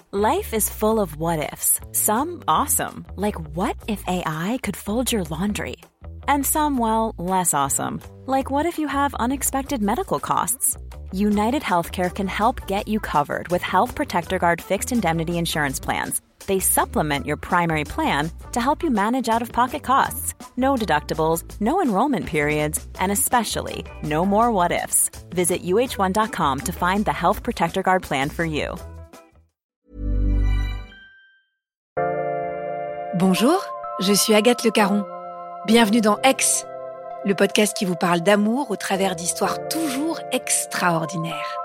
Life is full of what-ifs. Some awesome, like what if AI could fold your laundry? And some, well, less awesome, like what if you have unexpected medical costs? United Healthcare can help get you covered with Health Protector Guard fixed indemnity insurance plans. They supplement your primary plan to help you manage out-of-pocket costs. No deductibles, no enrollment periods, and especially no more what-ifs. Visit uh1.com to find the Health Protector Guard plan for you. Bonjour, je suis Agathe Le Caron. Bienvenue dans Aix, le podcast qui vous parle d'amour au travers d'histoires toujours extraordinaires.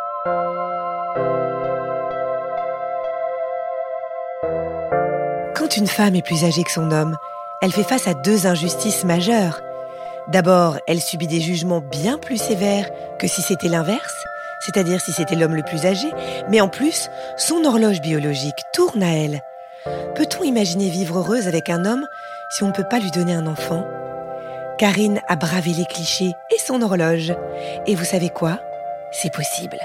Quand une femme est plus âgée que son homme, elle fait face à deux injustices majeures. D'abord, elle subit des jugements bien plus sévères que si c'était l'inverse, c'est-à-dire si c'était l'homme le plus âgé, mais en plus, son horloge biologique tourne à elle. Peut-on imaginer vivre heureuse avec un homme si on ne peut pas lui donner un enfant ? Karine a bravé les clichés et son horloge. Et vous savez quoi ? C'est possible.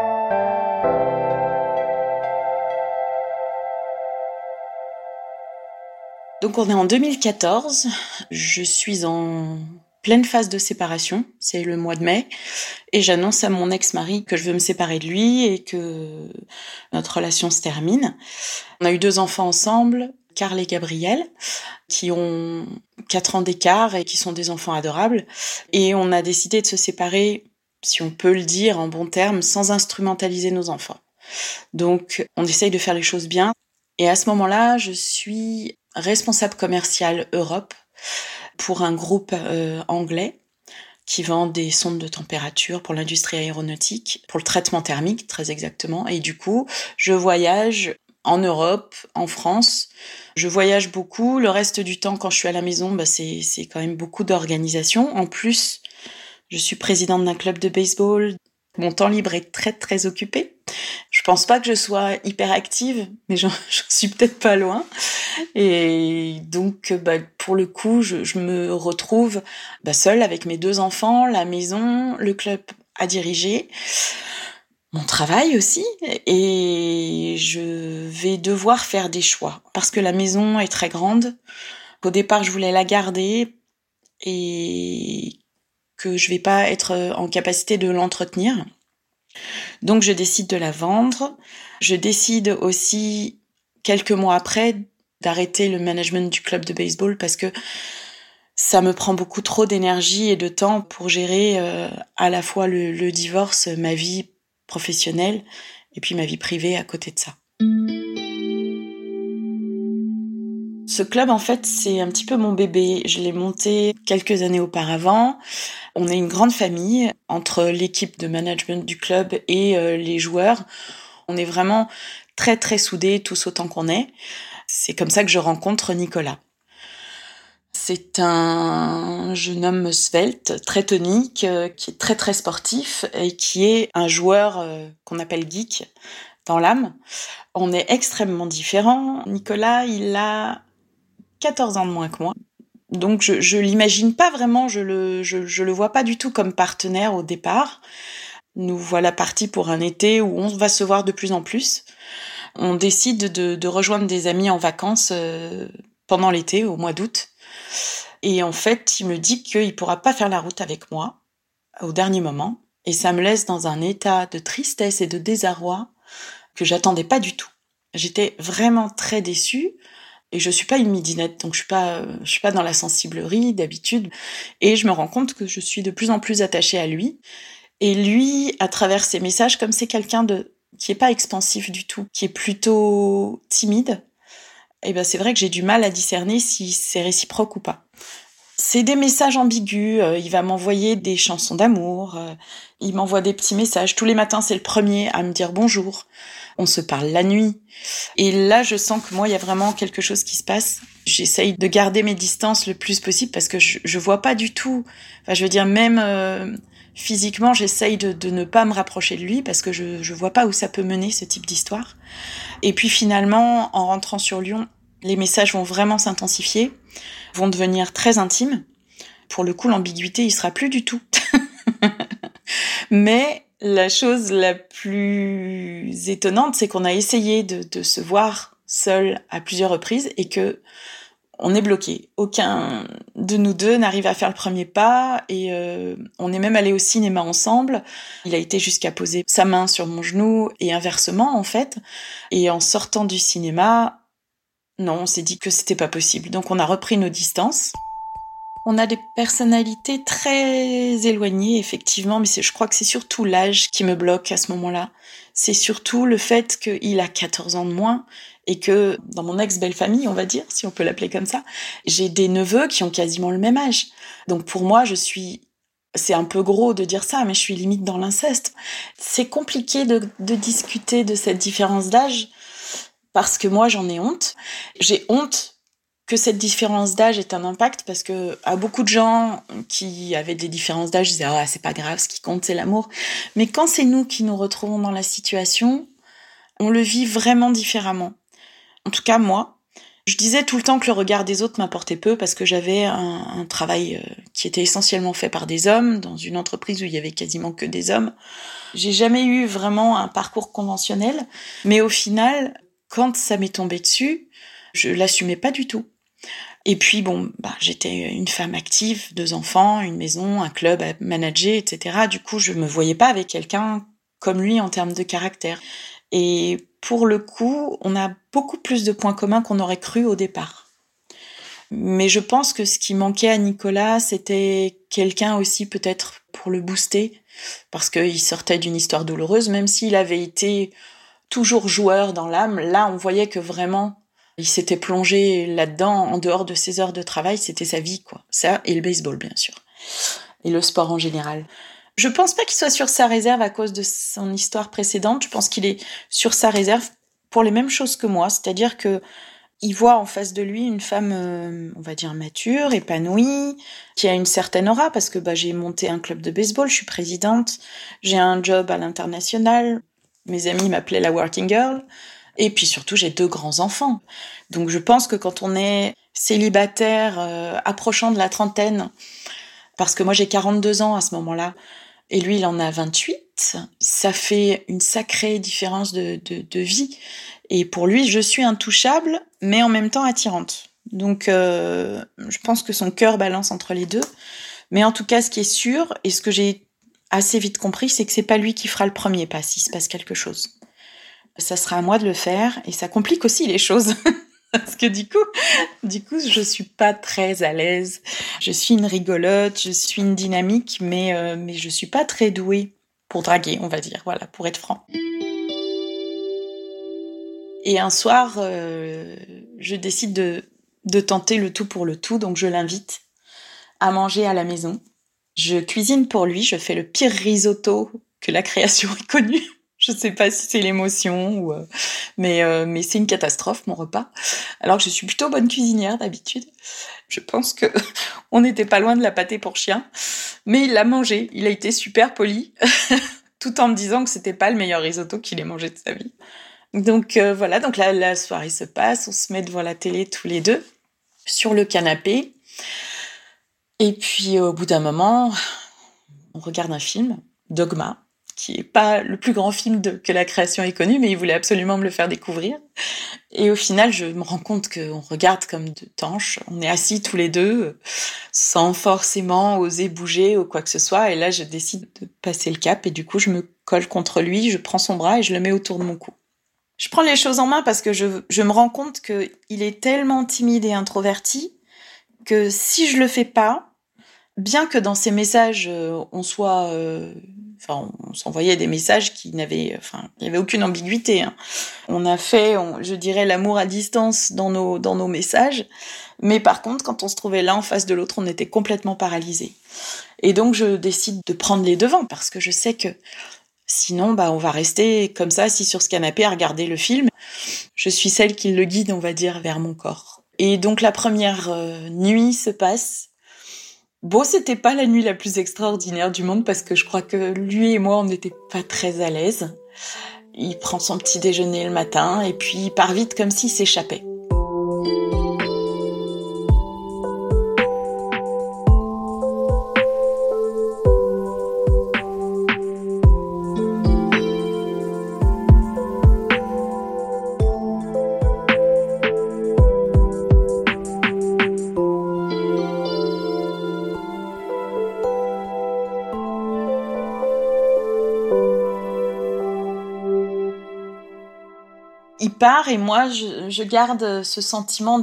Donc on est en 2014, je suis en pleine phase de séparation, c'est le mois de mai, et j'annonce à mon ex-mari que je veux me séparer de lui et que notre relation se termine. On a eu 2 enfants ensemble, Karl et Gabriel, qui ont 4 ans d'écart et qui sont des enfants adorables, et on a décidé de se séparer, si on peut le dire en bons termes, sans instrumentaliser nos enfants. Donc on essaye de faire les choses bien, et à ce moment-là, je suis responsable commercial Europe pour un groupe anglais qui vend des sondes de température pour l'industrie aéronautique, pour le traitement thermique très exactement. Et du coup, je voyage en Europe, en France. Je voyage beaucoup. Le reste du temps, quand je suis à la maison, c'est quand même beaucoup d'organisation. En plus, je suis présidente d'un club de baseball. Mon temps libre est très très occupé. Je pense pas que je sois hyper active, mais j'en suis peut-être pas loin. Et donc, pour le coup, je me retrouve seule avec mes 2 enfants, la maison, le club à diriger, mon travail aussi. Et je vais devoir faire des choix parce que la maison est très grande. Au départ, je voulais la garder et que je vais pas être en capacité de l'entretenir. Donc je décide de la vendre. Je décide aussi, quelques mois après, d'arrêter le management du club de baseball parce que ça me prend beaucoup trop d'énergie et de temps pour gérer à la fois le divorce, ma vie professionnelle et puis ma vie privée à côté de ça. Ce club, en fait, c'est un petit peu mon bébé. Je l'ai monté quelques années auparavant. On est une grande famille entre l'équipe de management du club et les joueurs. On est vraiment très, très soudés, tous autant qu'on est. C'est comme ça que je rencontre Nicolas. C'est un jeune homme svelte, très tonique, qui est très, très sportif et qui est un joueur qu'on appelle geek dans l'âme. On est extrêmement différents. Nicolas, il a 14 ans de moins que moi. Donc je l'imagine pas vraiment, je le vois pas du tout comme partenaire au départ. Nous voilà partis pour un été où on va se voir de plus en plus. On décide de rejoindre des amis en vacances pendant l'été, au mois d'août. Et en fait, il me dit qu'il pourra pas faire la route avec moi au dernier moment. Et ça me laisse dans un état de tristesse et de désarroi que j'attendais pas du tout. J'étais vraiment très déçue. Et je suis pas une midinette, donc je suis pas dans la sensiblerie d'habitude. Et je me rends compte que je suis de plus en plus attachée à lui. Et lui, à travers ses messages, comme c'est quelqu'un qui est pas expansif du tout, qui est plutôt timide, c'est vrai que j'ai du mal à discerner si c'est réciproque ou pas. C'est des messages ambigus, il va m'envoyer des chansons d'amour, il m'envoie des petits messages. Tous les matins, c'est le premier à me dire bonjour. On se parle la nuit. Et là, je sens que moi, il y a vraiment quelque chose qui se passe. J'essaye de garder mes distances le plus possible parce que je vois pas du tout. Enfin, je veux dire, même physiquement, j'essaye de ne pas me rapprocher de lui parce que je vois pas où ça peut mener, ce type d'histoire. Et puis finalement, en rentrant sur Lyon, les messages vont vraiment s'intensifier, vont devenir très intimes. Pour le coup, l'ambiguïté, il sera plus du tout. Mais La chose la plus étonnante, c'est qu'on a essayé de se voir seuls à plusieurs reprises et que on est bloqué. Aucun de nous deux n'arrive à faire le premier pas et on est même allé au cinéma ensemble. Il a été jusqu'à poser sa main sur mon genou et inversement en fait. Et en sortant du cinéma, non, on s'est dit que c'était pas possible. Donc on a repris nos distances. On a des personnalités très éloignées, effectivement, mais je crois que c'est surtout l'âge qui me bloque à ce moment-là. C'est surtout le fait qu'il a 14 ans de moins et que dans mon ex-belle-famille, on va dire, si on peut l'appeler comme ça, j'ai des neveux qui ont quasiment le même âge. Donc pour moi, c'est un peu gros de dire ça, mais je suis limite dans l'inceste. C'est compliqué de discuter de cette différence d'âge parce que moi, j'en ai honte. J'ai honte que cette différence d'âge ait un impact parce que à beaucoup de gens qui avaient des différences d'âge disaient ah c'est pas grave, ce qui compte c'est l'amour. Mais quand c'est nous qui nous retrouvons dans la situation, on le vit vraiment différemment. En tout cas moi, je disais tout le temps que le regard des autres m'importait peu parce que j'avais un travail qui était essentiellement fait par des hommes dans une entreprise où il y avait quasiment que des hommes. J'ai jamais eu vraiment un parcours conventionnel, mais au final, quand ça m'est tombé dessus, je l'assumais pas du tout. Et puis j'étais une femme active, 2 enfants, une maison, un club à manager, etc. Du coup, je me voyais pas avec quelqu'un comme lui en termes de caractère. Et pour le coup, on a beaucoup plus de points communs qu'on aurait cru au départ. Mais je pense que ce qui manquait à Nicolas, c'était quelqu'un aussi peut-être pour le booster, parce qu'il sortait d'une histoire douloureuse, même s'il avait été toujours joueur dans l'âme. Là, on voyait que vraiment il s'était plongé là-dedans, en dehors de ses heures de travail, c'était sa vie, quoi. Ça, et le baseball, bien sûr. Et le sport en général. Je pense pas qu'il soit sur sa réserve à cause de son histoire précédente. Je pense qu'il est sur sa réserve pour les mêmes choses que moi. C'est-à-dire que il voit en face de lui une femme, on va dire mature, épanouie, qui a une certaine aura, parce que j'ai monté un club de baseball, je suis présidente, j'ai un job à l'international, mes amis m'appelaient la working girl. Et puis surtout, j'ai 2 grands-enfants. Donc je pense que quand on est célibataire, approchant de la trentaine, parce que moi j'ai 42 ans à ce moment-là, et lui il en a 28, ça fait une sacrée différence de vie. Et pour lui, je suis intouchable, mais en même temps attirante. Donc je pense que son cœur balance entre les deux. Mais en tout cas, ce qui est sûr, et ce que j'ai assez vite compris, c'est que c'est pas lui qui fera le premier pas s'il se passe quelque chose. Ça sera à moi de le faire, et ça complique aussi les choses. Parce que du coup, je suis pas très à l'aise. Je suis une rigolote, je suis une dynamique, mais je suis pas très douée pour draguer, on va dire, voilà, pour être franc. Et un soir, je décide de tenter le tout pour le tout, donc je l'invite à manger à la maison. Je cuisine pour lui, je fais le pire risotto que la création ait connu. Je sais pas si c'est l'émotion mais c'est une catastrophe mon repas. Alors que je suis plutôt bonne cuisinière d'habitude. Je pense que on n'était pas loin de la pâtée pour chien, mais il l'a mangé. Il a été super poli, tout en me disant que c'était pas le meilleur risotto qu'il ait mangé de sa vie. Donc voilà, donc là la soirée se passe, on se met devant la télé tous les deux sur le canapé. Et puis au bout d'un moment, on regarde un film, Dogma, qui est pas le plus grand film que la création ait connu, mais il voulait absolument me le faire découvrir. Et au final, je me rends compte qu'on regarde comme de tanches. On est assis tous les deux, sans forcément oser bouger ou quoi que ce soit. Et là, je décide de passer le cap. Et du coup, je me colle contre lui, je prends son bras et je le mets autour de mon cou. Je prends les choses en main parce que je me rends compte qu'il est tellement timide et introverti que si je le fais pas, bien que dans ces messages, on s'envoyait des messages il n'y avait aucune ambiguïté. Hein. On a fait, je dirais, l'amour à distance dans nos messages. Mais par contre, quand on se trouvait l'un en face de l'autre, on était complètement paralysés. Et donc, je décide de prendre les devants parce que je sais que sinon, on va rester comme ça, assis sur ce canapé à regarder le film. Je suis celle qui le guide, on va dire, vers mon corps. Et donc, la première nuit se passe. Bon, c'était pas la nuit la plus extraordinaire du monde parce que je crois que lui et moi, on n'était pas très à l'aise. Il prend son petit déjeuner le matin et puis il part vite comme s'il s'échappait. il part et moi, je garde ce sentiment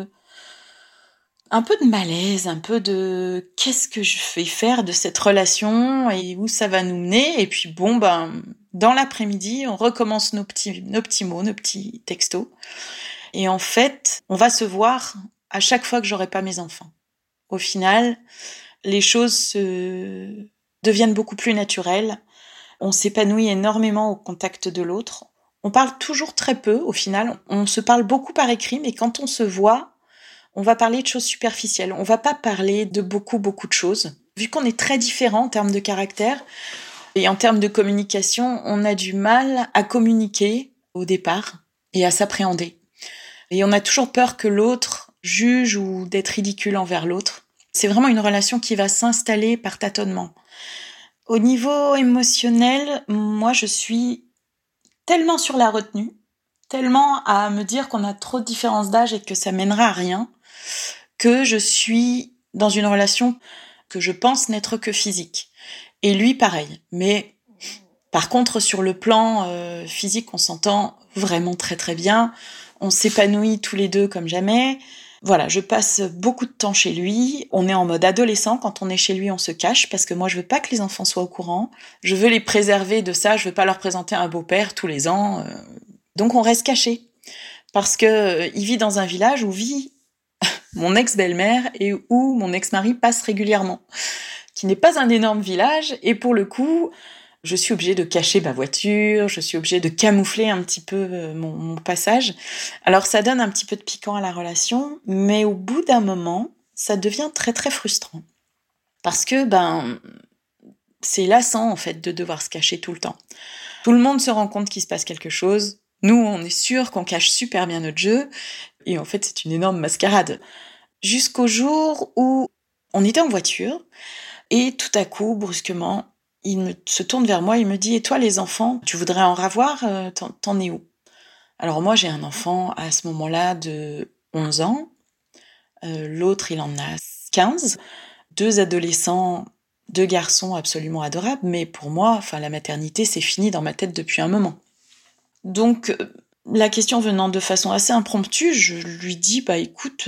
un peu de malaise, un peu de qu'est-ce que je vais faire de cette relation et où ça va nous mener. Et puis dans l'après-midi, on recommence nos petits mots, nos petits textos. Et en fait, on va se voir à chaque fois que j'aurai pas mes enfants. Au final, les choses deviennent beaucoup plus naturelles. On s'épanouit énormément au contact de l'autre. On parle toujours très peu, au final. On se parle beaucoup par écrit, mais quand on se voit, on va parler de choses superficielles. On va pas parler de beaucoup de choses. Vu qu'on est très différents en termes de caractère et en termes de communication, on a du mal à communiquer au départ et à s'appréhender. Et on a toujours peur que l'autre juge ou d'être ridicule envers l'autre. C'est vraiment une relation qui va s'installer par tâtonnement. Au niveau émotionnel, moi je suis tellement sur la retenue, tellement à me dire qu'on a trop de différences d'âge et que ça mènera à rien, que je suis dans une relation que je pense n'être que physique. Et lui, pareil. Mais par contre, sur le plan physique, on s'entend vraiment très très bien. On s'épanouit tous les deux comme jamais. Voilà, je passe beaucoup de temps chez lui. On est en mode adolescent. Quand on est chez lui, on se cache parce que moi, je veux pas que les enfants soient au courant. Je veux les préserver de ça. Je veux pas leur présenter un beau-père tous les ans. Donc, on reste caché parce que il vit dans un village où vit mon ex-belle-mère et où mon ex-mari passe régulièrement, qui n'est pas un énorme village. Et pour le coup, je suis obligée de cacher ma voiture, je suis obligée de camoufler un petit peu mon passage. Alors ça donne un petit peu de piquant à la relation, mais au bout d'un moment, ça devient très très frustrant. Parce que c'est lassant en fait de devoir se cacher tout le temps. Tout le monde se rend compte qu'il se passe quelque chose. Nous, on est sûr qu'on cache super bien notre jeu. Et en fait, c'est une énorme mascarade. Jusqu'au jour où on était en voiture et tout à coup, brusquement, il se tourne vers moi, il me dit « Et toi, les enfants, tu voudrais en ravoir t'en es où ?» Alors moi, j'ai un enfant à ce moment-là de 11 ans. L'autre, il en a 15. 2 adolescents, 2 garçons absolument adorables. Mais pour moi, la maternité, c'est fini dans ma tête depuis un moment. Donc, la question venant de façon assez impromptue, je lui dis « écoute,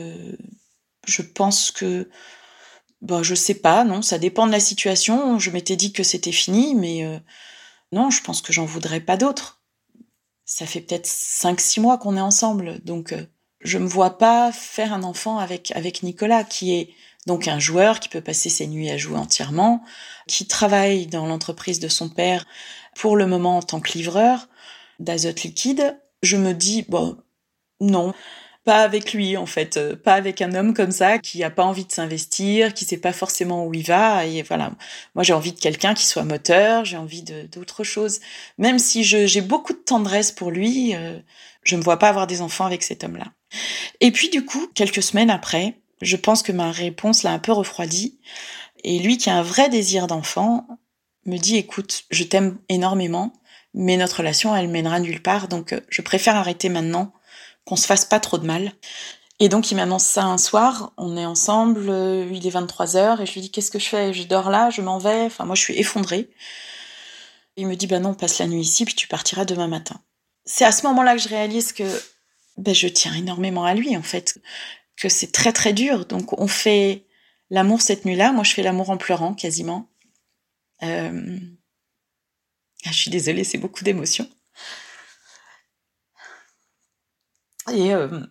je pense que... » je sais pas, non, ça dépend de la situation. Je m'étais dit que c'était fini, mais non, je pense que j'en voudrais pas d'autres. Ça fait peut-être 5-6 mois qu'on est ensemble, donc je me vois pas faire un enfant avec Nicolas, qui est donc un joueur qui peut passer ses nuits à jouer entièrement, qui travaille dans l'entreprise de son père pour le moment en tant que livreur d'azote liquide. Je me dis, non. Pas avec lui, en fait. Pas avec un homme comme ça, qui a pas envie de s'investir, qui sait pas forcément où il va. Et voilà. Moi, j'ai envie de quelqu'un qui soit moteur, j'ai envie d'autre chose. Même si j'ai beaucoup de tendresse pour lui, je me vois pas avoir des enfants avec cet homme-là. Et puis, du coup, quelques semaines après, je pense que ma réponse l'a un peu refroidi. Et lui, qui a un vrai désir d'enfant, me dit, écoute, je t'aime énormément, mais notre relation, elle mènera nulle part, donc je préfère arrêter maintenant, qu'on se fasse pas trop de mal. Et donc, il m'annonce ça un soir, on est ensemble, il est 23h, et je lui dis, qu'est-ce que je fais ? Je dors là, je m'en vais, moi, je suis effondrée. Il me dit, non, passe la nuit ici, puis tu partiras demain matin. C'est à ce moment-là que je réalise que je tiens énormément à lui, en fait, que c'est très, très dur. Donc, on fait l'amour cette nuit-là, moi, je fais l'amour en pleurant, quasiment. Je suis désolée, c'est beaucoup d'émotions. Et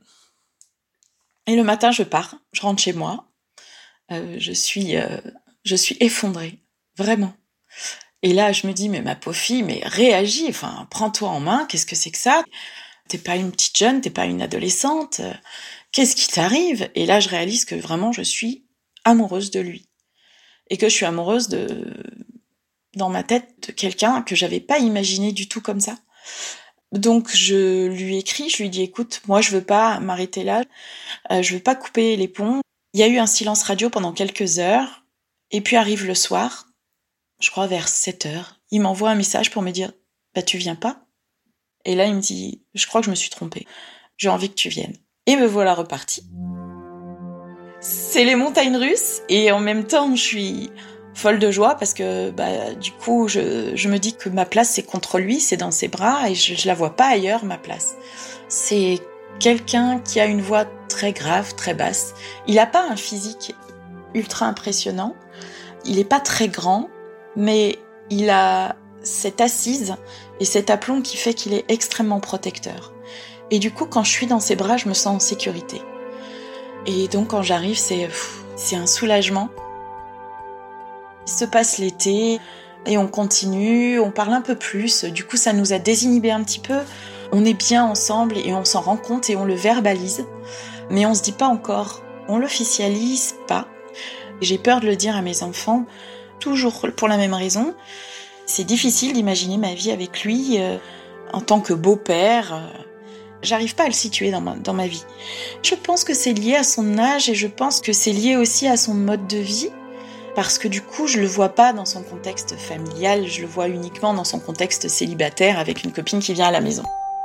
le matin, je pars, je rentre chez moi. Je suis effondrée, vraiment. Et là, je me dis, mais ma pauvre fille, mais réagis, prends-toi en main, qu'est-ce que c'est que ça ? T'es pas une petite jeune, t'es pas une adolescente, qu'est-ce qui t'arrive ? Et là, je réalise que vraiment, je suis amoureuse de lui. Et que je suis amoureuse dans ma tête, de quelqu'un que j'avais pas imaginé du tout comme ça. Donc je lui écris, je lui dis écoute, moi je veux pas m'arrêter là, je veux pas couper les ponts. Il y a eu un silence radio pendant quelques heures, et puis arrive le soir, je crois vers 7h, il m'envoie un message pour me dire tu viens pas ? Et là il me dit je crois que je me suis trompée, j'ai envie que tu viennes. Et me voilà repartie. C'est les montagnes russes, et en même temps je suis folle de joie parce que du coup, je me dis que ma place, c'est contre lui, c'est dans ses bras et je la vois pas ailleurs, ma place. C'est quelqu'un qui a une voix très grave, très basse. Il a pas un physique ultra impressionnant. Il est pas très grand, mais il a cette assise et cet aplomb qui fait qu'il est extrêmement protecteur. Et du coup, quand je suis dans ses bras, je me sens en sécurité. Et donc, quand j'arrive, c'est un soulagement. Il se passe l'été et on continue, on parle un peu plus. Du coup, ça nous a désinhibé un petit peu. On est bien ensemble et on s'en rend compte et on le verbalise. Mais on se dit pas encore, on l'officialise pas. J'ai peur de le dire à mes enfants, toujours pour la même raison. C'est difficile d'imaginer ma vie avec lui en tant que beau-père. J'arrive pas à le situer dans ma vie. Je pense que c'est lié à son âge et je pense que c'est lié aussi à son mode de vie. Parce que du coup, je le vois pas dans son contexte familial, je le vois uniquement dans son contexte célibataire avec une copine qui vient à la maison.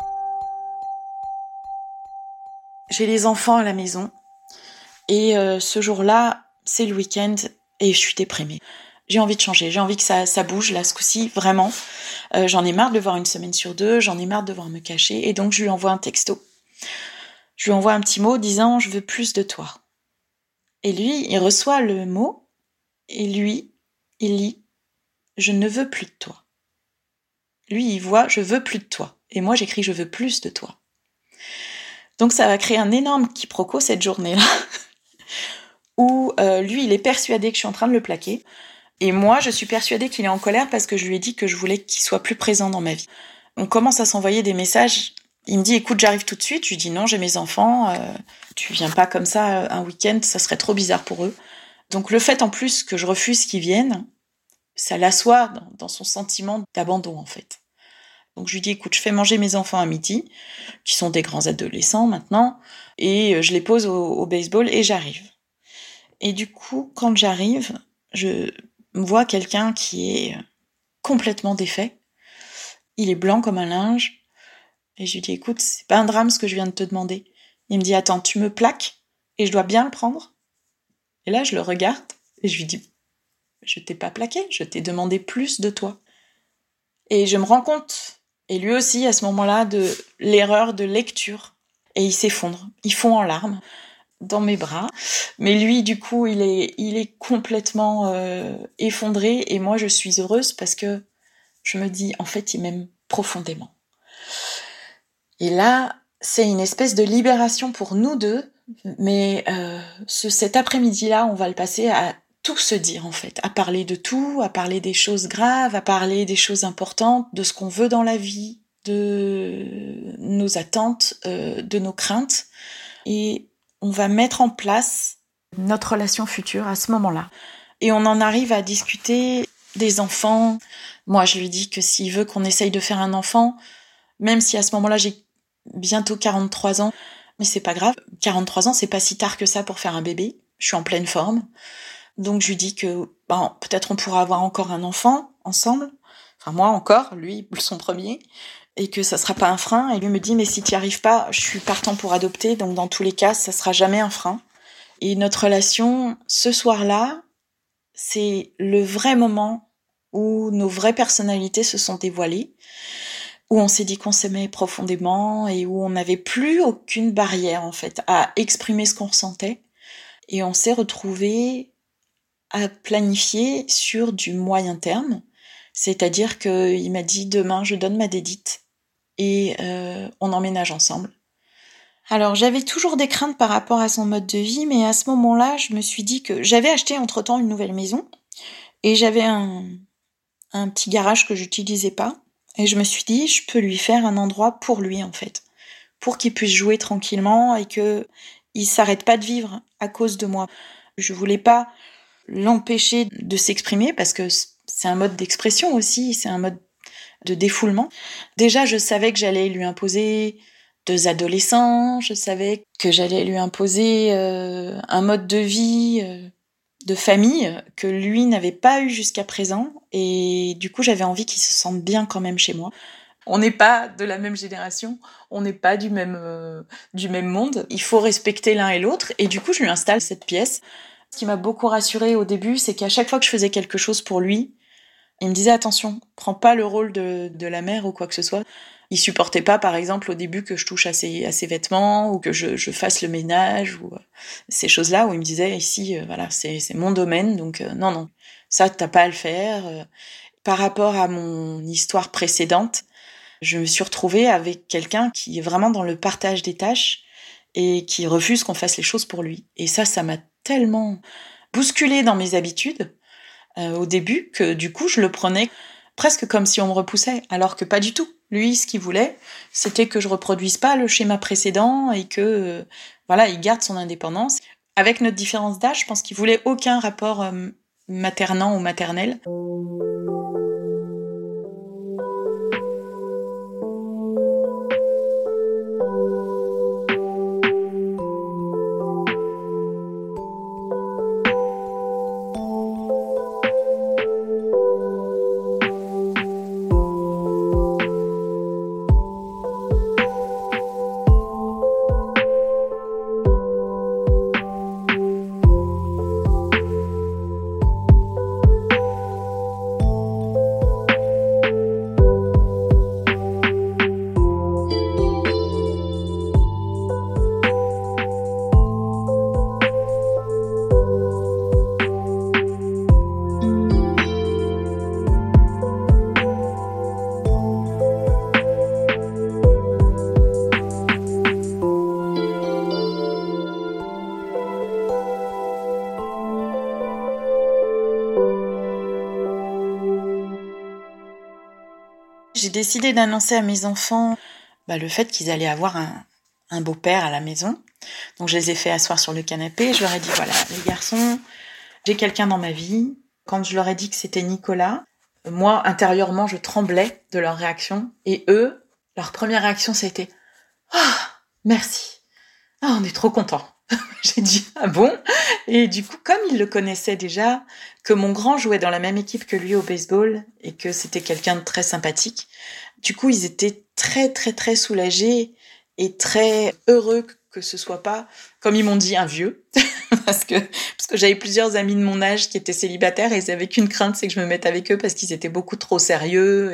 J'ai les enfants à la maison et ce jour-là, c'est le week-end et je suis déprimée. J'ai envie de changer, j'ai envie que ça bouge là ce coup-ci, vraiment. J'en ai marre de le voir une semaine sur deux, j'en ai marre de devoir me cacher et donc je lui envoie un texto. Je lui envoie un petit mot disant « Je veux plus de toi ». Et lui, il reçoit le mot et lui, il lit « Je ne veux plus de toi ». Lui, il voit « Je veux plus de toi ». Et moi, j'écris « Je veux plus de toi ». Donc ça va créer un énorme quiproquo cette journée-là, où lui, il est persuadé que je suis en train de le plaquer, et moi, je suis persuadée qu'il est en colère parce que je lui ai dit que je voulais qu'il soit plus présent dans ma vie. On commence à s'envoyer des messages, il me dit « Écoute, j'arrive tout de suite », je lui dis « Non, j'ai mes enfants, tu viens pas comme ça un week-end, ça serait trop bizarre pour eux ». Donc le fait en plus que je refuse qu'ils viennent, ça l'assoit dans son sentiment d'abandon en fait. Donc je lui dis, écoute, je fais manger mes enfants à midi, qui sont des grands adolescents maintenant, et je les pose au baseball et j'arrive. Et du coup, quand j'arrive, je vois quelqu'un qui est complètement défait. Il est blanc comme un linge. Et je lui dis, écoute, c'est pas un drame ce que je viens de te demander. Il me dit, attends, tu me plaques et je dois bien le prendre? Et là, je le regarde et je lui dis, je t'ai pas plaqué, je t'ai demandé plus de toi. Et je me rends compte, et lui aussi à ce moment-là, de l'erreur de lecture. Et il s'effondre, il fond en larmes dans mes bras. Mais lui, du coup, il est complètement effondré. Et moi, je suis heureuse parce que je me dis, en fait, il m'aime profondément. Et là, c'est une espèce de libération pour nous deux. Mais cet après-midi-là, on va le passer à tout se dire en fait, à parler de tout, à parler des choses graves, à parler des choses importantes, de ce qu'on veut dans la vie, de nos attentes, de nos craintes. Et on va mettre en place notre relation future à ce moment-là. Et on en arrive à discuter des enfants. Moi, je lui dis que s'il veut qu'on essaye de faire un enfant, même si à ce moment-là, j'ai bientôt 43 ans, mais c'est pas grave. 43 ans, c'est pas si tard que ça pour faire un bébé. Je suis en pleine forme. Donc je lui dis que peut-être on pourra avoir encore un enfant ensemble. Enfin moi encore, lui son premier. Et que ça sera pas un frein. Et lui me dit mais si t'y arrives pas, je suis partant pour adopter. Donc dans tous les cas, ça sera jamais un frein. Et notre relation, ce soir-là, c'est le vrai moment où nos vraies personnalités se sont dévoilées. Où on s'est dit qu'on s'aimait profondément et où on n'avait plus aucune barrière en fait à exprimer ce qu'on ressentait. Et on s'est retrouvés à planifier sur du moyen terme. C'est-à-dire qu'il m'a dit demain je donne ma dédite et on emménage ensemble. Alors j'avais toujours des craintes par rapport à son mode de vie, mais à ce moment-là, je me suis dit que j'avais acheté entre-temps une nouvelle maison et j'avais un petit garage que j'utilisais pas. Et je me suis dit, je peux lui faire un endroit pour lui, en fait. Pour qu'il puisse jouer tranquillement et qu'il s'arrête pas de vivre à cause de moi. Je voulais pas l'empêcher de s'exprimer parce que c'est un mode d'expression aussi, c'est un mode de défoulement. Déjà, je savais que j'allais lui imposer 2 adolescents, je savais que j'allais lui imposer un mode de vie de famille que lui n'avait pas eu jusqu'à présent et du coup j'avais envie qu'il se sente bien quand même chez moi. On n'est pas de la même génération, on n'est pas du même monde, il faut respecter l'un et l'autre et du coup je lui installe cette pièce Ce qui m'a beaucoup rassurée au début, c'est qu'à chaque fois que je faisais quelque chose pour lui, il me disait attention, prends pas le rôle de la mère ou quoi que ce soit. Il supportait pas, par exemple, au début que je touche à ses vêtements ou que je fasse le ménage ou ces choses-là où il me disait ici, voilà, c'est mon domaine, donc non, non, ça t'as pas à le faire. Par rapport à mon histoire précédente, je me suis retrouvée avec quelqu'un qui est vraiment dans le partage des tâches et qui refuse qu'on fasse les choses pour lui. Et ça m'a tellement bousculée dans mes habitudes au début que du coup je le prenais presque comme si on me repoussait, alors que pas du tout. Lui, ce qu'il voulait, c'était que je reproduise pas le schéma précédent et que voilà, il garde son indépendance. Avec notre différence d'âge, je pense qu'il voulait aucun rapport maternant ou maternel. J'ai décidé d'annoncer à mes enfants le fait qu'ils allaient avoir un beau-père à la maison. Donc je les ai fait asseoir sur le canapé. Je leur ai dit, voilà, les garçons, j'ai quelqu'un dans ma vie. Quand je leur ai dit que c'était Nicolas, moi, intérieurement, je tremblais de leur réaction. Et eux, leur première réaction, ça a été « Ah, merci. Ah, on est trop contents. » J'ai dit « Ah bon ?» Et du coup, comme ils le connaissaient déjà, que mon grand jouait dans la même équipe que lui au baseball et que c'était quelqu'un de très sympathique, du coup, ils étaient très, très, très soulagés et très heureux que ce soit pas, comme ils m'ont dit, un vieux. parce que j'avais plusieurs amis de mon âge qui étaient célibataires et ils avaient qu'une crainte, c'est que je me mette avec eux parce qu'ils étaient beaucoup trop sérieux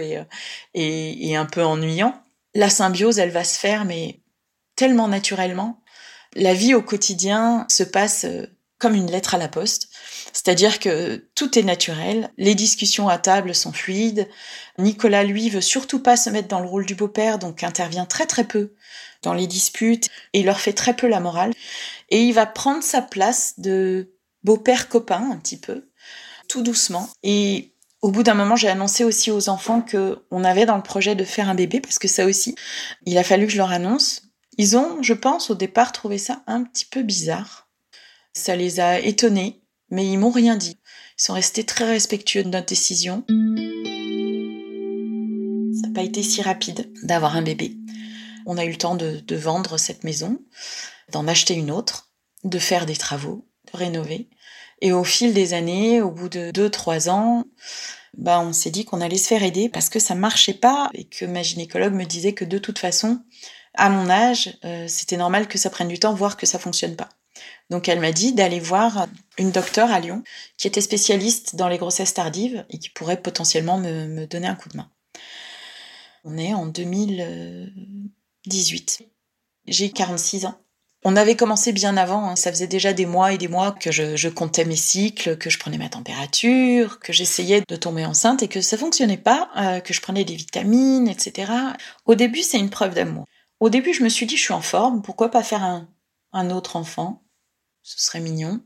et un peu ennuyants. La symbiose, elle va se faire, mais tellement naturellement. La vie au quotidien se passe comme une lettre à la poste. C'est-à-dire que tout est naturel, les discussions à table sont fluides. Nicolas, lui, veut surtout pas se mettre dans le rôle du beau-père, donc intervient très très peu dans les disputes et leur fait très peu la morale. Et il va prendre sa place de beau-père copain, un petit peu, tout doucement. Et au bout d'un moment, j'ai annoncé aussi aux enfants qu'on avait dans le projet de faire un bébé, parce que ça aussi, il a fallu que je leur annonce. Ils ont, je pense, au départ, trouvé ça un petit peu bizarre. Ça les a étonnés, mais ils m'ont rien dit. Ils sont restés très respectueux de notre décision. Ça n'a pas été si rapide d'avoir un bébé. On a eu le temps de vendre cette maison, d'en acheter une autre, de faire des travaux, de rénover. Et au fil des années, au bout de 2-3 ans, on s'est dit qu'on allait se faire aider parce que ça marchait pas et que ma gynécologue me disait que de toute façon, à mon âge, c'était normal que ça prenne du temps, voire que ça fonctionne pas. Donc elle m'a dit d'aller voir une docteure à Lyon qui était spécialiste dans les grossesses tardives et qui pourrait potentiellement me donner un coup de main. On est en 2018. J'ai 46 ans. On avait commencé bien avant, ça faisait déjà des mois et des mois que je comptais mes cycles, que je prenais ma température, que j'essayais de tomber enceinte et que ça fonctionnait pas, que je prenais des vitamines, etc. Au début, c'est une preuve d'amour. Au début, je me suis dit, je suis en forme, pourquoi pas faire un autre enfant ? Ce serait mignon.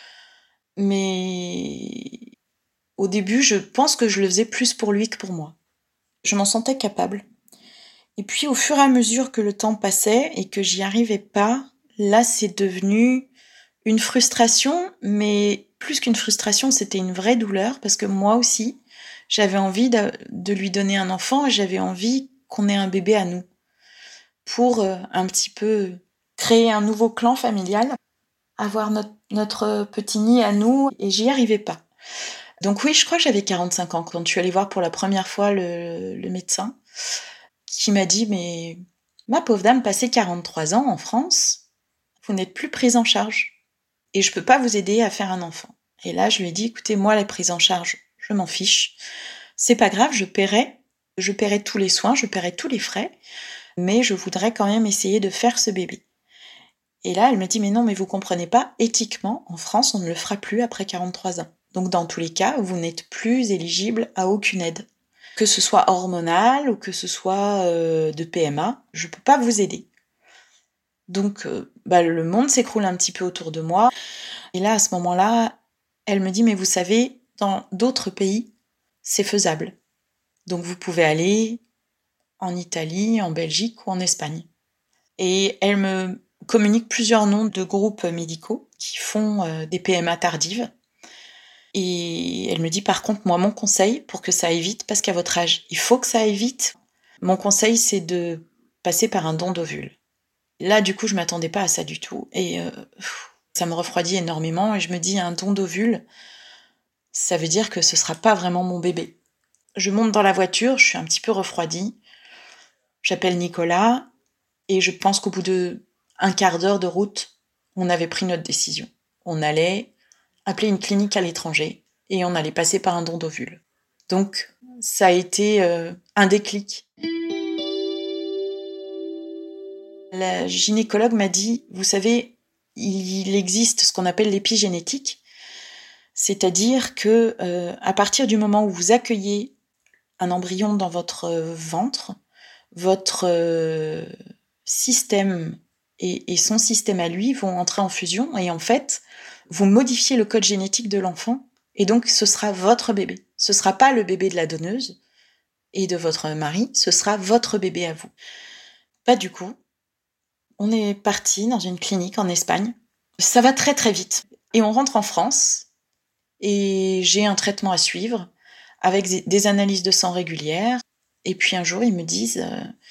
Mais au début, je pense que je le faisais plus pour lui que pour moi. Je m'en sentais capable. Et puis, au fur et à mesure que le temps passait et que j'y arrivais pas, là, c'est devenu une frustration, mais plus qu'une frustration, c'était une vraie douleur parce que moi aussi, j'avais envie de lui donner un enfant et j'avais envie qu'on ait un bébé à nous pour un petit peu créer un nouveau clan familial, avoir notre petit nid à nous et j'y arrivais pas. Donc oui, je crois que j'avais 45 ans quand je suis allée voir pour la première fois le médecin qui m'a dit « Mais ma pauvre dame, passé 43 ans en France, vous n'êtes plus prise en charge. et je peux pas vous aider à faire un enfant. Et là, je lui ai dit, écoutez, moi, la prise en charge, je m'en fiche. C'est pas grave, je paierai tous les soins, je paierai tous les frais, mais je voudrais quand même essayer de faire ce bébé. Et là, elle me dit, mais non, mais vous comprenez pas, éthiquement, en France, on ne le fera plus après 43 ans. Donc, dans tous les cas, vous n'êtes plus éligible à aucune aide. Que ce soit hormonale ou que ce soit de PMA, je peux pas vous aider. Donc, le monde s'écroule un petit peu autour de moi. Et là, à ce moment-là, elle me dit, mais vous savez, dans d'autres pays, c'est faisable. Donc, vous pouvez aller en Italie, en Belgique ou en Espagne. Et elle me communique plusieurs noms de groupes médicaux qui font des PMA tardives. Et elle me dit, par contre, moi, mon conseil, pour que ça aille vite, parce qu'à votre âge, il faut que ça aille vite, mon conseil, c'est de passer par un don d'ovule. Là, du coup, je m'attendais pas à ça du tout. Et ça me refroidit énormément. Et je me dis, un don d'ovule, ça veut dire que ce sera pas vraiment mon bébé. Je monte dans la voiture, je suis un petit peu refroidie. J'appelle Nicolas. Et je pense qu'au bout de un quart d'heure de route, on avait pris notre décision. On allait appeler une clinique à l'étranger et on allait passer par un don d'ovule. Donc, ça a été un déclic. La gynécologue m'a dit, vous savez, il existe ce qu'on appelle l'épigénétique, c'est-à-dire que à partir du moment où vous accueillez un embryon dans votre ventre, votre système et son système à lui vont entrer en fusion et en fait, vous modifiez le code génétique de l'enfant et donc ce sera votre bébé. Ce sera pas le bébé de la donneuse et de votre mari, ce sera votre bébé à vous. Pas du coup. On est parti dans une clinique en Espagne. Ça va très très vite. Et on rentre en France et j'ai un traitement à suivre avec des analyses de sang régulières. Et puis un jour, ils me disent,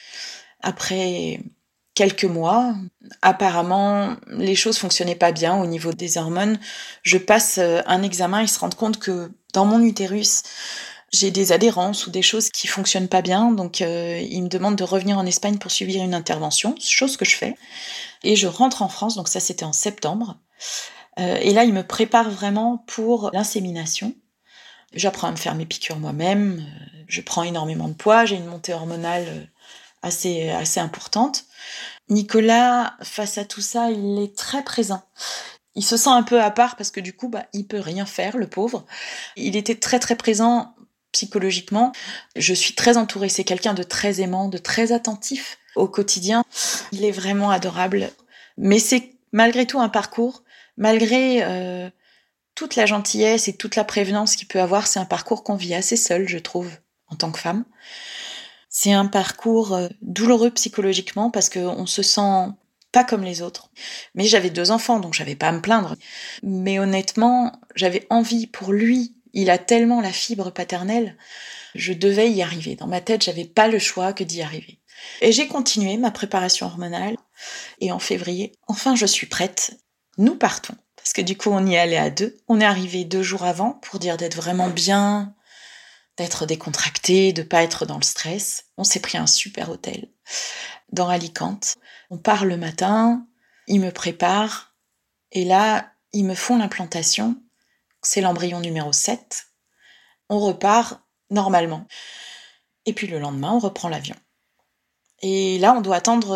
après quelques mois, apparemment, les choses fonctionnaient pas bien au niveau des hormones. Je passe un examen, ils se rendent compte que dans mon utérus, j'ai des adhérences ou des choses qui fonctionnent pas bien. Donc, ils me demandent de revenir en Espagne pour subir une intervention, chose que je fais. Et je rentre en France, donc ça, c'était en septembre. Et là, ils me préparent vraiment pour l'insémination. J'apprends à me faire mes piqûres moi-même. Je prends énormément de poids. J'ai une montée hormonale assez importante. Nicolas, face à tout ça, il est très présent. Il se sent un peu à part parce que du coup, il peut rien faire, le pauvre. Il était très très présent psychologiquement. Je suis très entourée. C'est quelqu'un de très aimant, de très attentif au quotidien. Il est vraiment adorable. Mais c'est malgré tout un parcours, malgré toute la gentillesse et toute la prévenance qu'il peut avoir, c'est un parcours qu'on vit assez seul, je trouve, en tant que femme. C'est un parcours douloureux psychologiquement parce qu'on se sent pas comme les autres. Mais j'avais 2 enfants, donc j'avais pas à me plaindre. Mais honnêtement, j'avais envie pour lui. Il a tellement la fibre paternelle, je devais y arriver. Dans ma tête, j'avais pas le choix que d'y arriver. Et j'ai continué ma préparation hormonale. Et en février, enfin, je suis prête. Nous partons. Parce que du coup, on y allait à 2. On est arrivé 2 jours avant pour dire d'être vraiment bien, d'être décontracté, de pas être dans le stress. On s'est pris un super hôtel dans Alicante. On part le matin, ils me préparent, et là, ils me font l'implantation. C'est l'embryon numéro 7. On repart normalement. Et puis le lendemain, on reprend l'avion. Et là, on doit attendre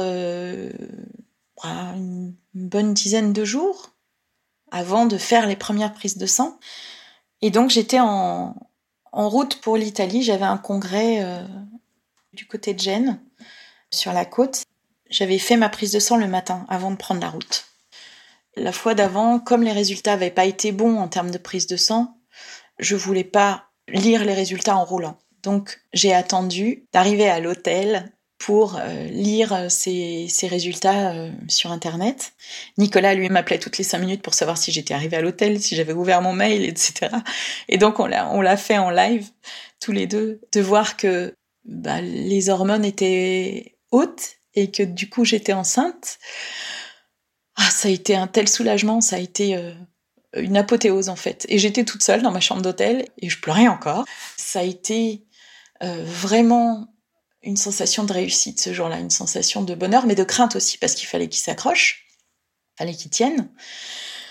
une bonne dizaine de jours avant de faire les premières prises de sang. Et donc, j'étais en route pour l'Italie. J'avais un congrès du côté de Gênes, sur la côte. J'avais fait ma prise de sang le matin, avant de prendre la route. La fois d'avant, comme les résultats n'avaient pas été bons en termes de prise de sang, je voulais pas lire les résultats en roulant. Donc, j'ai attendu d'arriver à l'hôtel pour lire ces résultats sur Internet. Nicolas, lui, m'appelait toutes les 5 minutes pour savoir si j'étais arrivée à l'hôtel, si j'avais ouvert mon mail, etc. Et donc, on l'a fait en live, tous les deux, de voir que les hormones étaient hautes et que du coup, j'étais enceinte. Ça a été un tel soulagement, ça a été une apothéose en fait. Et j'étais toute seule dans ma chambre d'hôtel et je pleurais encore. Ça a été vraiment une sensation de réussite ce jour-là, une sensation de bonheur, mais de crainte aussi, parce qu'il fallait qu'il s'accroche, il fallait qu'il tienne.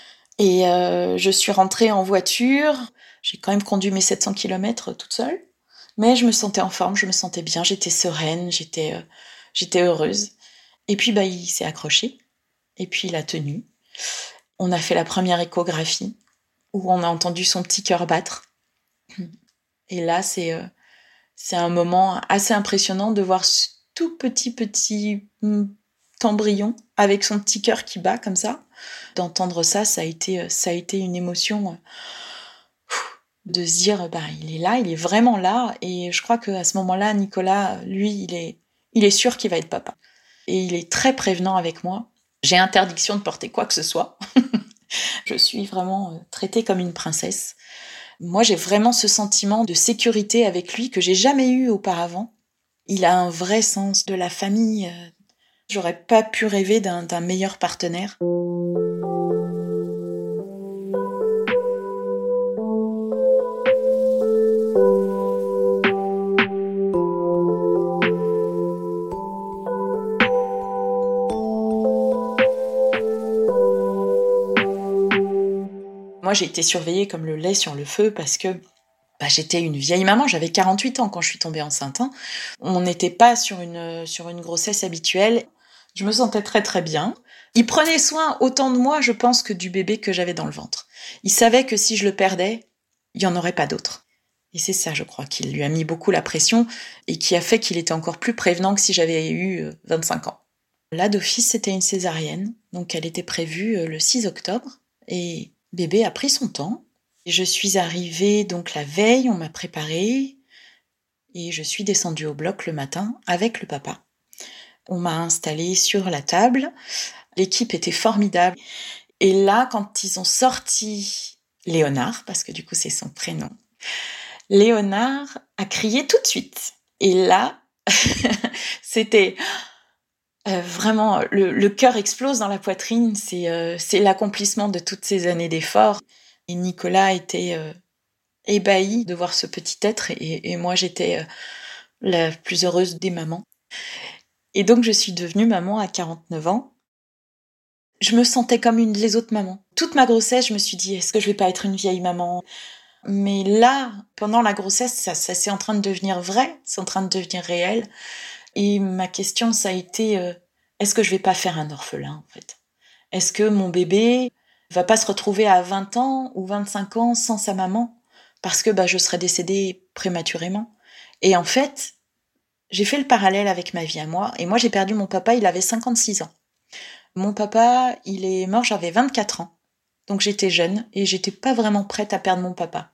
Et je suis rentrée en voiture. J'ai quand même conduit mes 700 km toute seule. Mais je me sentais en forme, je me sentais bien, j'étais sereine, j'étais heureuse. Et puis il s'est accroché. Et puis il a tenu. On a fait la première échographie où on a entendu son petit cœur battre. Et là, c'est un moment assez impressionnant de voir ce tout petit embryon avec son petit cœur qui bat comme ça. D'entendre ça, ça a été une émotion de se dire, il est là, il est vraiment là. Et je crois qu'à ce moment-là, Nicolas, lui, il est sûr qu'il va être papa. Et il est très prévenant avec moi. J'ai interdiction de porter quoi que ce soit. Je suis vraiment traitée comme une princesse. Moi, j'ai vraiment ce sentiment de sécurité avec lui que j'ai jamais eu auparavant. Il a un vrai sens de la famille. J'aurais pas pu rêver d'un meilleur partenaire. Moi, j'ai été surveillée comme le lait sur le feu parce que j'étais une vieille maman, j'avais 48 ans quand je suis tombée enceinte. On n'était pas sur une grossesse habituelle. Je me sentais très très bien. Il prenait soin autant de moi, je pense, que du bébé que j'avais dans le ventre. Il savait que si je le perdais, il n'y en aurait pas d'autre. Et c'est ça, je crois, qui lui a mis beaucoup la pression et qui a fait qu'il était encore plus prévenant que si j'avais eu 25 ans. Là, d'office, c'était une césarienne. Donc, elle était prévue le 6 octobre. Et bébé a pris son temps. Je suis arrivée donc la veille, on m'a préparée et je suis descendue au bloc le matin avec le papa. On m'a installée sur la table, l'équipe était formidable. Et là, quand ils ont sorti Léonard, parce que du coup c'est son prénom, Léonard a crié tout de suite. Et là, c'était vraiment, le cœur explose dans la poitrine, c'est l'accomplissement de toutes ces années d'efforts. Et Nicolas était ébahi de voir ce petit être et moi j'étais la plus heureuse des mamans. Et donc je suis devenue maman à 49 ans. Je me sentais comme les autres mamans. Toute ma grossesse, je me suis dit, est-ce que je vais pas être une vieille maman ? Mais là, pendant la grossesse, ça c'est en train de devenir vrai, c'est en train de devenir réel. Et ma question, ça a été, est-ce que je vais pas faire un orphelin en fait ? Est-ce que mon bébé va pas se retrouver à 20 ans ou 25 ans sans sa maman parce que je serais décédée prématurément. Et en fait, j'ai fait le parallèle avec ma vie à moi. Et moi, j'ai perdu mon papa, il avait 56 ans. Mon papa, il est mort, j'avais 24 ans. Donc j'étais jeune et j'étais pas vraiment prête à perdre mon papa.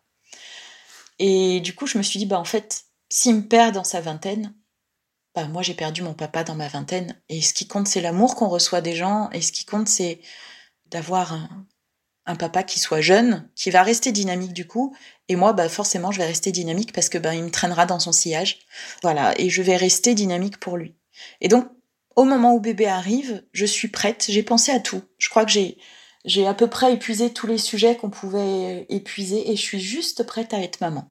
Et du coup, je me suis dit, en fait, s'il me perd dans sa vingtaine, moi, j'ai perdu mon papa dans ma vingtaine. Et ce qui compte, c'est l'amour qu'on reçoit des gens. Et ce qui compte, c'est d'avoir un papa qui soit jeune, qui va rester dynamique du coup, et moi, forcément, je vais rester dynamique parce que il me traînera dans son sillage. Voilà, et je vais rester dynamique pour lui. Et donc, au moment où bébé arrive, je suis prête, j'ai pensé à tout. Je crois que j'ai à peu près épuisé tous les sujets qu'on pouvait épuiser et je suis juste prête à être maman.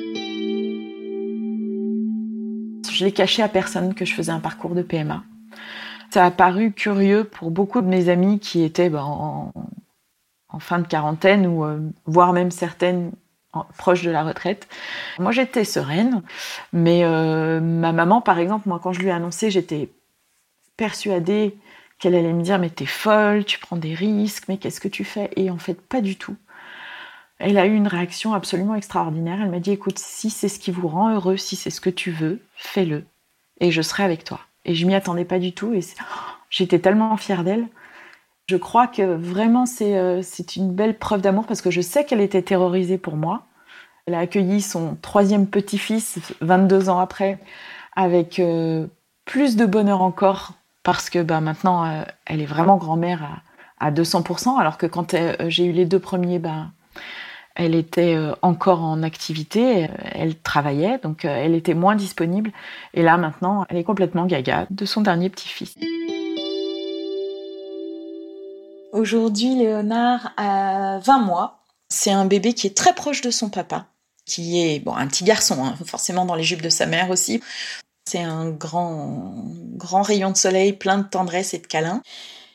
Je l'ai caché à personne que je faisais un parcours de PMA. Ça a paru curieux pour beaucoup de mes amies qui étaient en fin de quarantaine ou voire même certaines proches de la retraite. Moi, j'étais sereine, mais ma maman, par exemple, moi, quand je lui ai annoncé, j'étais persuadée qu'elle allait me dire « Mais t'es folle, tu prends des risques, mais qu'est-ce que tu fais ?» Et en fait, pas du tout. Elle a eu une réaction absolument extraordinaire. Elle m'a dit « Écoute, si c'est ce qui vous rend heureux, si c'est ce que tu veux, fais-le, et je serai avec toi. » Et je m'y attendais pas du tout, et j'étais tellement fière d'elle. Je crois que vraiment c'est une belle preuve d'amour parce que je sais qu'elle était terrorisée pour moi. Elle a accueilli son 3e petit-fils 22 ans après avec plus de bonheur encore parce que maintenant elle est vraiment grand-mère à 200%, alors que quand j'ai eu les 2 premiers, elle était encore en activité, elle travaillait, donc elle était moins disponible. Et là maintenant, elle est complètement gaga de son dernier petit-fils. Aujourd'hui, Léonard a 20 mois. C'est un bébé qui est très proche de son papa, qui est un petit garçon, forcément dans les jupes de sa mère aussi. C'est un grand rayon de soleil, plein de tendresse et de câlins.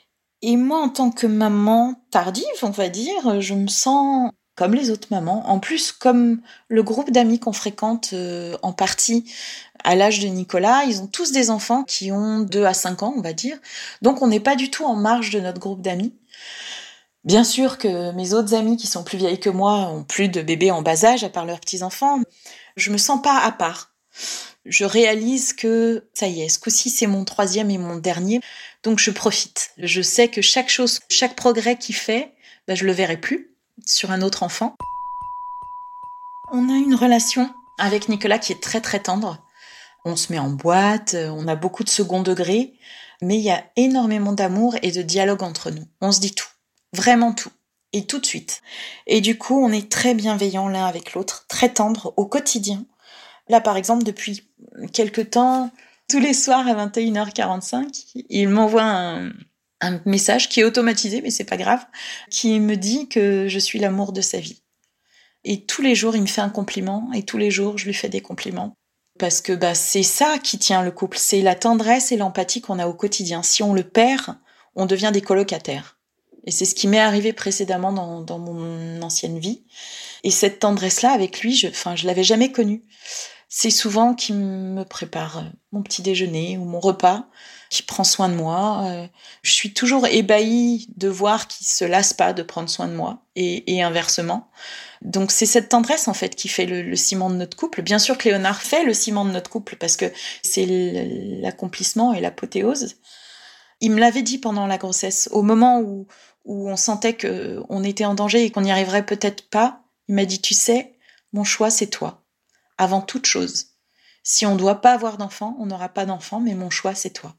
Et moi, en tant que maman tardive, on va dire, je me sens comme les autres mamans. En plus, comme le groupe d'amis qu'on fréquente en partie à l'âge de Nicolas, ils ont tous des enfants qui ont 2 à 5 ans, on va dire. Donc, on n'est pas du tout en marge de notre groupe d'amis. Bien sûr que mes autres amies qui sont plus vieilles que moi ont plus de bébés en bas âge, à part leurs petits-enfants. Je me sens pas à part. Je réalise que, ça y est, ce coup-ci, c'est mon 3e et mon dernier. Donc, je profite. Je sais que chaque progrès qu'il fait, je le verrai plus sur un autre enfant. On a une relation avec Nicolas qui est très, très tendre. On se met en boîte, on a beaucoup de second degré, mais il y a énormément d'amour et de dialogue entre nous. On se dit tout. Vraiment tout. Et tout de suite. Et du coup, on est très bienveillants l'un avec l'autre, très tendres au quotidien. Là, par exemple, depuis quelque temps, tous les soirs à 21h45, il m'envoie un message qui est automatisé, mais c'est pas grave, qui me dit que je suis l'amour de sa vie. Et tous les jours, il me fait un compliment, et tous les jours, je lui fais des compliments. Parce que c'est ça qui tient le couple, c'est la tendresse et l'empathie qu'on a au quotidien. Si on le perd, on devient des colocataires. Et c'est ce qui m'est arrivé précédemment dans mon ancienne vie. Et cette tendresse-là, avec lui, je l'avais jamais connue. C'est souvent qu'il me prépare mon petit déjeuner ou mon repas, qui prend soin de moi. Je suis toujours ébahie de voir qu'il se lasse pas de prendre soin de moi, et inversement. Donc c'est cette tendresse, en fait, qui fait le ciment de notre couple. Bien sûr que Léonard fait le ciment de notre couple, parce que c'est l'accomplissement et l'apothéose. Il me l'avait dit pendant la grossesse, au moment où on sentait qu'on était en danger et qu'on n'y arriverait peut-être pas. Il m'a dit, tu sais, mon choix, c'est toi. Avant toute chose. Si on ne doit pas avoir d'enfant, on n'aura pas d'enfant, mais mon choix, c'est toi.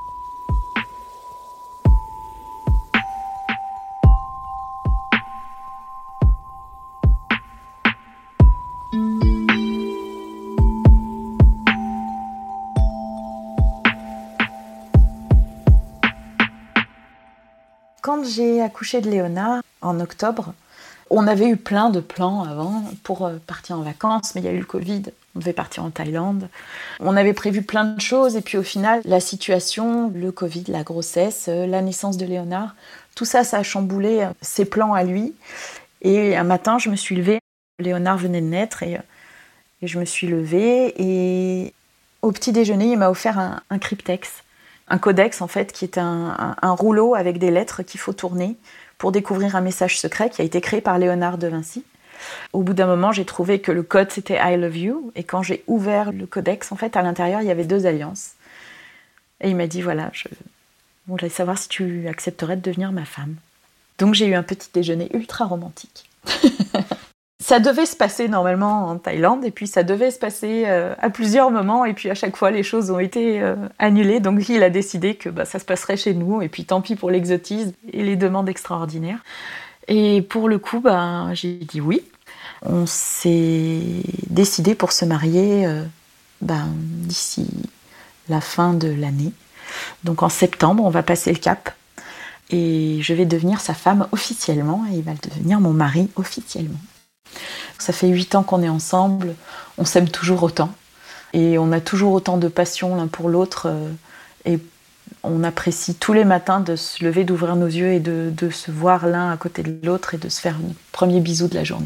Quand j'ai accouché de Léonard, en octobre, on avait eu plein de plans avant pour partir en vacances, mais il y a eu le Covid, on devait partir en Thaïlande. On avait prévu plein de choses, et puis au final, la situation, le Covid, la grossesse, la naissance de Léonard, tout ça, ça a chamboulé ses plans à lui. Et un matin, je me suis levée, Léonard venait de naître, et je me suis levée, et au petit déjeuner, il m'a offert un cryptex, un codex en fait, qui est un rouleau avec des lettres qu'il faut tourner pour découvrir un message secret qui a été créé par Léonard de Vinci. Au bout d'un moment, j'ai trouvé que le code, c'était « I love you ». Et quand j'ai ouvert le codex, en fait, à l'intérieur, il y avait 2 alliances. Et il m'a dit « Voilà, je voudrais savoir si tu accepterais de devenir ma femme ». Donc j'ai eu un petit déjeuner ultra romantique. Ça devait se passer normalement en Thaïlande, et puis ça devait se passer à plusieurs moments, et puis à chaque fois les choses ont été annulées, donc il a décidé que ça se passerait chez nous, et puis tant pis pour l'exotisme et les demandes extraordinaires. Et pour le coup, j'ai dit oui. On s'est décidé pour se marier d'ici la fin de l'année. Donc en septembre, on va passer le cap, et je vais devenir sa femme officiellement, et il va devenir mon mari officiellement. Ça fait 8 ans qu'on est ensemble, on s'aime toujours autant. Et on a toujours autant de passion l'un pour l'autre. Et on apprécie tous les matins de se lever, d'ouvrir nos yeux et de se voir l'un à côté de l'autre et de se faire un premier bisou de la journée.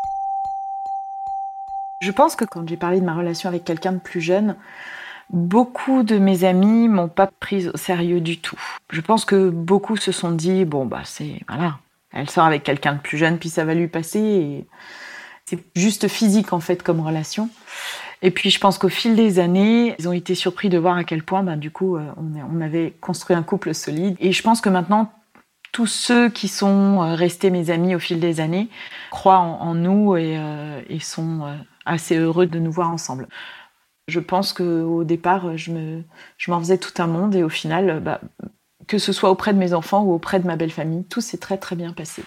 Je pense que quand j'ai parlé de ma relation avec quelqu'un de plus jeune, beaucoup de mes amis m'ont pas prise au sérieux du tout. Je pense que beaucoup se sont dit, elle sort avec quelqu'un de plus jeune, puis ça va lui passer. Et c'est juste physique, en fait, comme relation. Et puis, je pense qu'au fil des années, ils ont été surpris de voir à quel point, on avait construit un couple solide. Et je pense que maintenant, tous ceux qui sont restés mes amis au fil des années croient en nous et sont assez heureux de nous voir ensemble. Je pense qu'au départ, je m'en faisais tout un monde. Et au final, que ce soit auprès de mes enfants ou auprès de ma belle famille, tout s'est très, très bien passé.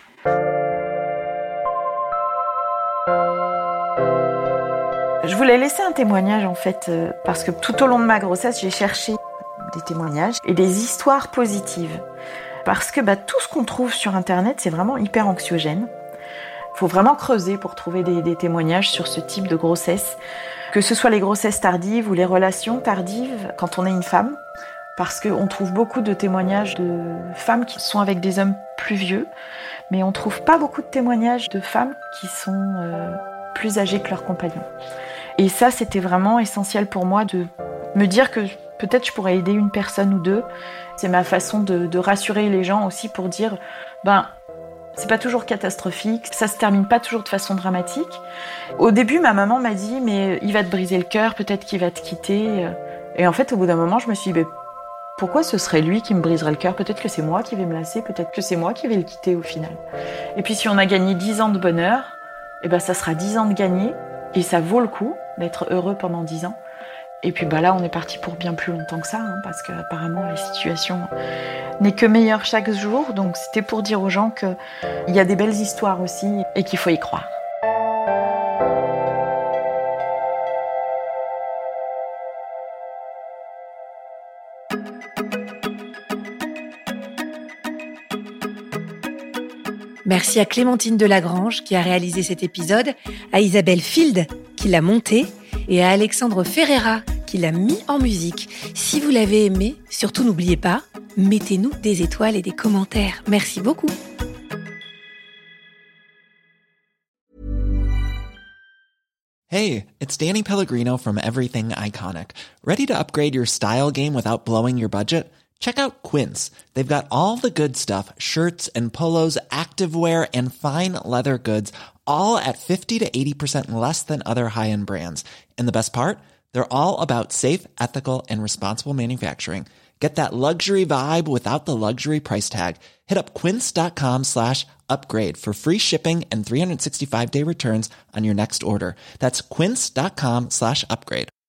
Je voulais laisser un témoignage, en fait, parce que tout au long de ma grossesse, j'ai cherché des témoignages et des histoires positives. Parce que tout ce qu'on trouve sur Internet, c'est vraiment hyper anxiogène. Il faut vraiment creuser pour trouver des témoignages sur ce type de grossesse. Que ce soit les grossesses tardives ou les relations tardives quand on est une femme. parce qu'on trouve beaucoup de témoignages de femmes qui sont avec des hommes plus vieux, mais on trouve pas beaucoup de témoignages de femmes qui sont plus âgées que leurs compagnons. Et ça, c'était vraiment essentiel pour moi de me dire que peut-être je pourrais aider une personne ou deux. C'est ma façon de rassurer les gens aussi pour dire, c'est pas toujours catastrophique, ça se termine pas toujours de façon dramatique. Au début, ma maman m'a dit, mais il va te briser le cœur, peut-être qu'il va te quitter. Et en fait, au bout d'un moment, je me suis dit, pourquoi ce serait lui qui me briserait le cœur ? Peut-être que c'est moi qui vais me lasser, peut-être que c'est moi qui vais le quitter au final. Et puis si on a gagné 10 ans de bonheur, ça sera 10 ans de gagné, et ça vaut le coup d'être heureux pendant 10 ans. Et puis là, on est parti pour bien plus longtemps que ça, parce qu'apparemment la situation n'est que meilleure chaque jour. Donc c'était pour dire aux gens qu'il y a des belles histoires aussi et qu'il faut y croire. Merci à Clémentine Delagrange qui a réalisé cet épisode, à Isabelle Field qui l'a monté et à Alexandre Ferreira qui l'a mis en musique. Si vous l'avez aimé, surtout n'oubliez pas, mettez-nous des étoiles et des commentaires. Merci beaucoup. Hey, it's Danny Pellegrino from Everything Iconic. Ready to upgrade your style game without blowing your budget? Check out Quince. They've got all the good stuff, shirts and polos, activewear, and fine leather goods, all at 50 to 80% less than other high-end brands. And the best part? They're all about safe, ethical, and responsible manufacturing. Get that luxury vibe without the luxury price tag. Hit up quince.com/upgrade for free shipping and 365-day returns on your next order. That's quince.com/upgrade.